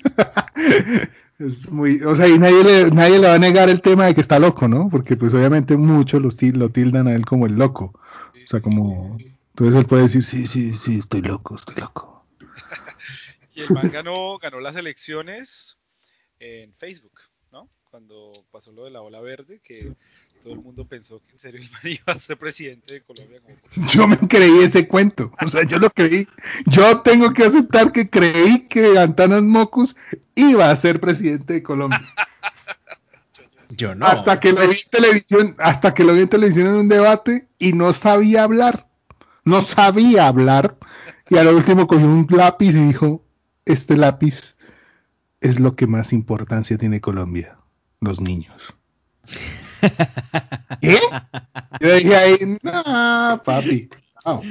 Es muy, o sea, y nadie le va a negar el tema de que está loco, ¿no? Porque pues obviamente muchos lo tildan a él como el loco. O sea, como, entonces él puede decir, sí, estoy loco. Y el man ganó las elecciones en Facebook, ¿no? Cuando pasó lo de la ola verde, que todo el mundo pensó que en serio el man iba a ser presidente de Colombia. Yo me creí ese cuento, o sea, yo lo creí. Yo tengo que aceptar que creí que Antanas Mockus iba a ser presidente de Colombia. Yo no. Hasta que lo vi en televisión en un debate y no sabía hablar. Y a lo último cogió un lápiz y dijo, este lápiz es lo que más importancia tiene Colombia, los niños. ¿Qué? Yo dije ahí, no, papi. No.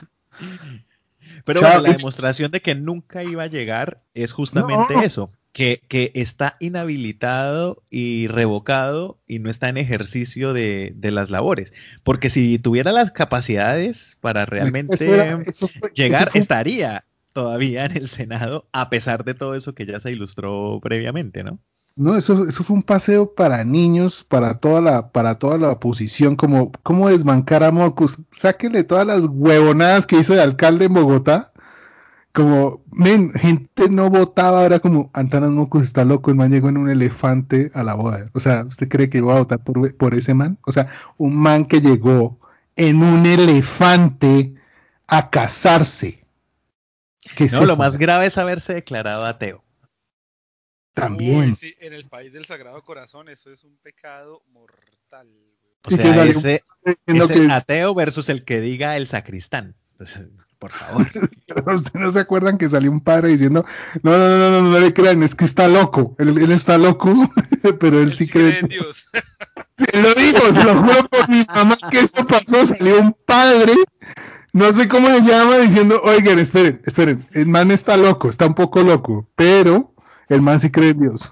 Pero bueno, la demostración de que nunca iba a llegar es justamente eso, que está inhabilitado y revocado y no está en ejercicio de las labores. Porque si tuviera las capacidades para realmente llegar, estaría todavía en el Senado, a pesar de todo eso que ya se ilustró previamente, ¿no? No, eso fue un paseo para niños, para toda la oposición, como cómo desbancar a Mockus. Sáquele todas las huevonadas que hizo de alcalde en Bogotá. Como, gente no votaba, ahora como Antanas Mockus está loco, el man llegó en un elefante a la boda. O sea, ¿usted cree que iba a votar por ese man? O sea, un man que llegó en un elefante a casarse. No, lo más grave es haberse declarado ateo. También. Sí, en el país del Sagrado Corazón eso es un pecado mortal. O sea, ese ateo versus el que diga el sacristán. Entonces, por favor. ¿Ustedes no se acuerdan que salió un padre diciendo, no le crean, es que está loco, él está loco, pero él sí cree en Dios? Se lo digo, se lo juro por mi mamá que esto pasó, salió un padre, no sé cómo le llama, diciendo, oigan, esperen, el man está loco, está un poco loco, pero el man sí cree en Dios.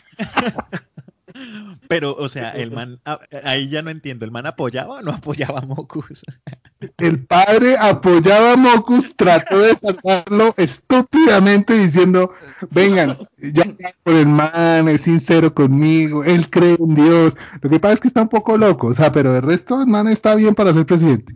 Pero, o sea, el man, ahí ya no entiendo, ¿el man apoyaba o no apoyaba a Mockus? El padre apoyaba a Mockus, trató de salvarlo estúpidamente diciendo, vengan, ya por el man, es sincero conmigo, él cree en Dios. Lo que pasa es que está un poco loco, o sea, pero el resto el man está bien para ser presidente.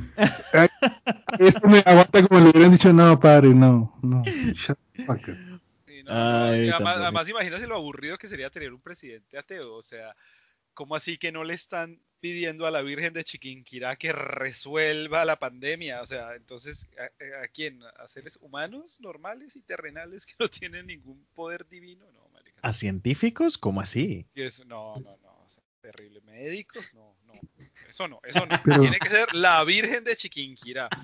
Esto me aguanta como le hubieran dicho, no, padre, no, shut the fuck up. Además, imagínate lo aburrido que sería tener un presidente ateo. O sea, ¿cómo así que no le están pidiendo a la Virgen de Chiquinquirá que resuelva la pandemia? O sea, entonces, ¿a quién? ¿A seres humanos normales y terrenales que no tienen ningún poder divino? No, marica. ¿A científicos? ¿Cómo así? No. O sea, terrible. ¿Médicos? No. Eso no. Pero tiene que ser la Virgen de Chiquinquirá.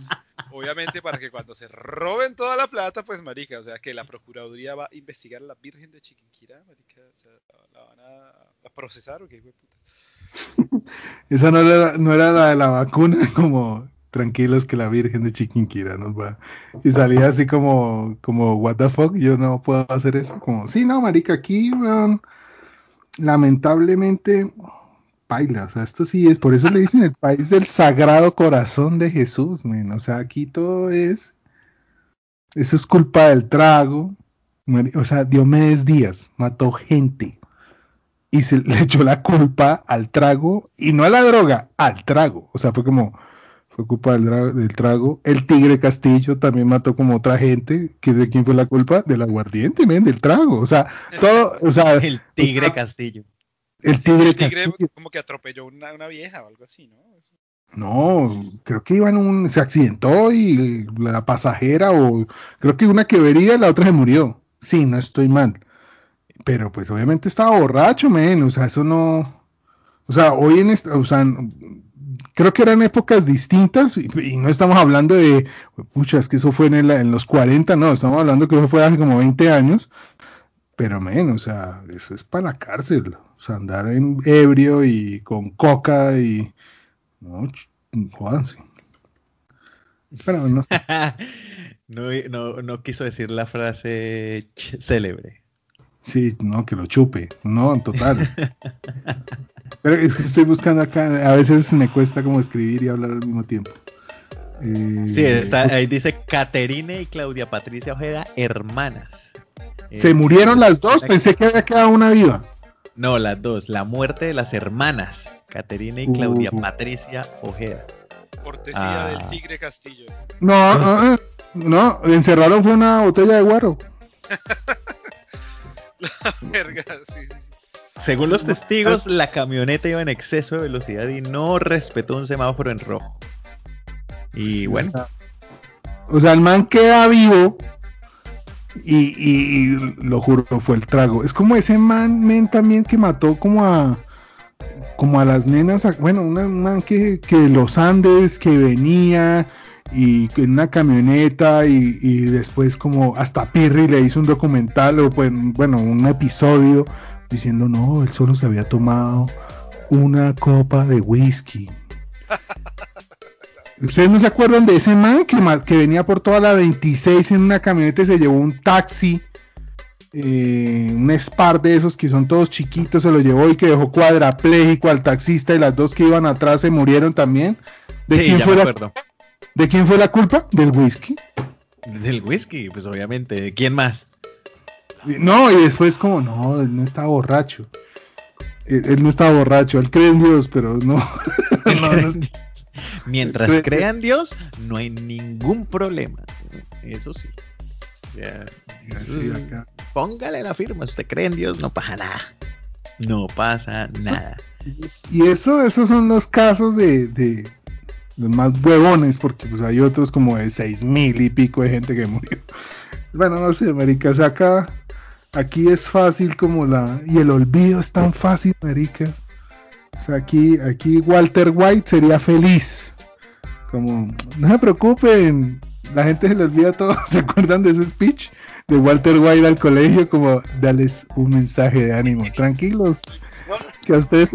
Obviamente para que cuando se roben toda la plata, pues marica, o sea, que la Procuraduría va a investigar a la Virgen de Chiquinquirá, marica, o sea, la van a procesar o qué hijo de puta. Esa no era la de la vacuna, como tranquilos que la Virgen de Chiquinquirá nos va. Y salía así como what the fuck, yo no puedo hacer eso. Como, sí, no, marica, aquí, weón, lamentablemente, paila, o sea, esto sí es, por eso le dicen el país del Sagrado Corazón de Jesús, men. O sea, aquí todo eso es culpa del trago. O sea, Diomedes Díaz mató gente y se le echó la culpa al trago, y no a la droga, al trago. O sea, fue culpa del trago. El Tigre Castillo también mató como otra gente. ¿De quién fue la culpa? Del aguardiente, men, del trago. O sea, todo, o sea. El Tigre Castillo. El Tigre Castillo como que atropelló una vieja o algo así, ¿no? No, creo que se accidentó y la pasajera, o creo que una quebrida y la otra se murió. Sí, no estoy mal. Pero pues obviamente estaba borracho, men. O sea, eso no. O sea, hoy o sea, creo que eran épocas distintas y no estamos hablando de, pucha, es que eso fue en los 40, no, estamos hablando que eso fue hace como 20 años. Pero, men, o sea, eso es para la cárcel. O sea, andar en ebrio y con coca y... No, jódanse. Pero no quiso decir la frase célebre. Sí, no, que lo chupe. No, en total. Pero es que estoy buscando acá. A veces me cuesta como escribir y hablar al mismo tiempo. Sí, ahí dice Caterine y Claudia Patricia Ojeda, hermanas. Se murieron las dos, pensé que había quedado una viva. No, las dos, la muerte de las hermanas, Caterina y Claudia Patricia Ojeda. Cortesía del Tigre Castillo. No, encerraron fue una botella de guaro. La verga, sí. Según los testigos, la camioneta iba en exceso de velocidad y no respetó un semáforo en rojo. Y bueno. O sea, el man queda vivo. Y lo juro, fue el trago. Es como ese man también que mató como a las nenas, bueno, un man que los Andes, que venía y en una camioneta y después como hasta Pirri le hizo un documental o pues, bueno, un episodio diciendo no, él solo se había tomado una copa de whisky. ¿Ustedes no se acuerdan de ese man que venía por toda la 26 en una camioneta y se llevó un taxi, un Spar de esos que son todos chiquitos, se lo llevó y que dejó cuadrapléjico al taxista y las dos que iban atrás se murieron también? Sí, ya me acuerdo. ¿De quién fue la culpa? ¿Del whisky? Del whisky, pues obviamente. ¿De quién más? No, y después como, no, él no estaba borracho. Él no estaba borracho, él cree en Dios, pero no. Mientras crea en Dios, no hay ningún problema. Eso sí. O sea, póngale la firma. Usted cree en Dios, no pasa nada. No pasa nada. Y esos son los casos de los más huevones, porque pues hay otros como de 6,000 y pico de gente que murió. Bueno, no sé, marica, o sea, aquí es fácil como y el olvido es tan fácil, marica. O sea, aquí Walter White sería feliz. Como, no se preocupen, la gente se le olvida todo. ¿Se acuerdan de ese speech de Walter White al colegio? Como, dales un mensaje de ánimo. Tranquilos, que a ustedes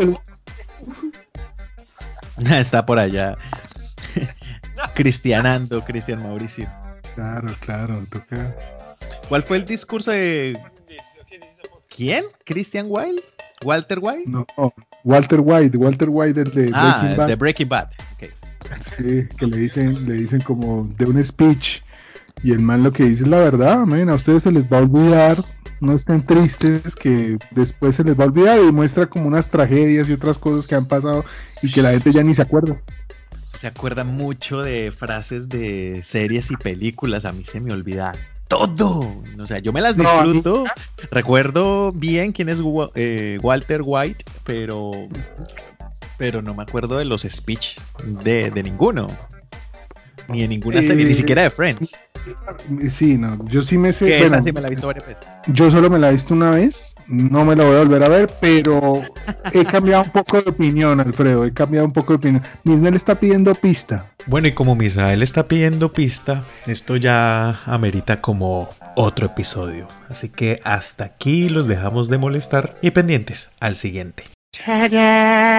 Está por allá. Cristian Mauricio. Claro, toca. ¿Cuál fue el discurso de... ¿Quién? ¿Christian Wilde? ¿Walter White? No, Walter White, el de Breaking Bad. De Breaking Bad. Okay. Sí, que le dicen como de un speech y el man lo que dice es la verdad, man, a ustedes se les va a olvidar, no estén tristes, que después se les va a olvidar, y muestra como unas tragedias y otras cosas que han pasado y que la gente ya ni se acuerda. Se acuerda mucho de frases de series y películas, a mí se me olvida todo, o sea, yo me las disfruto, recuerdo bien quién es Walter White, pero no me acuerdo de los speech de ninguno, ni de ninguna serie, ni siquiera de Friends. Sí, no, yo sí me sé. Que esa sí me la he visto varias veces. Yo solo me la he visto una vez, no me lo voy a volver a ver, pero he cambiado un poco de opinión, Alfredo, Misnel está pidiendo pista. Bueno, y como Misael está pidiendo pista, esto ya amerita como otro episodio. Así que hasta aquí los dejamos de molestar y pendientes al siguiente. ¡Tada!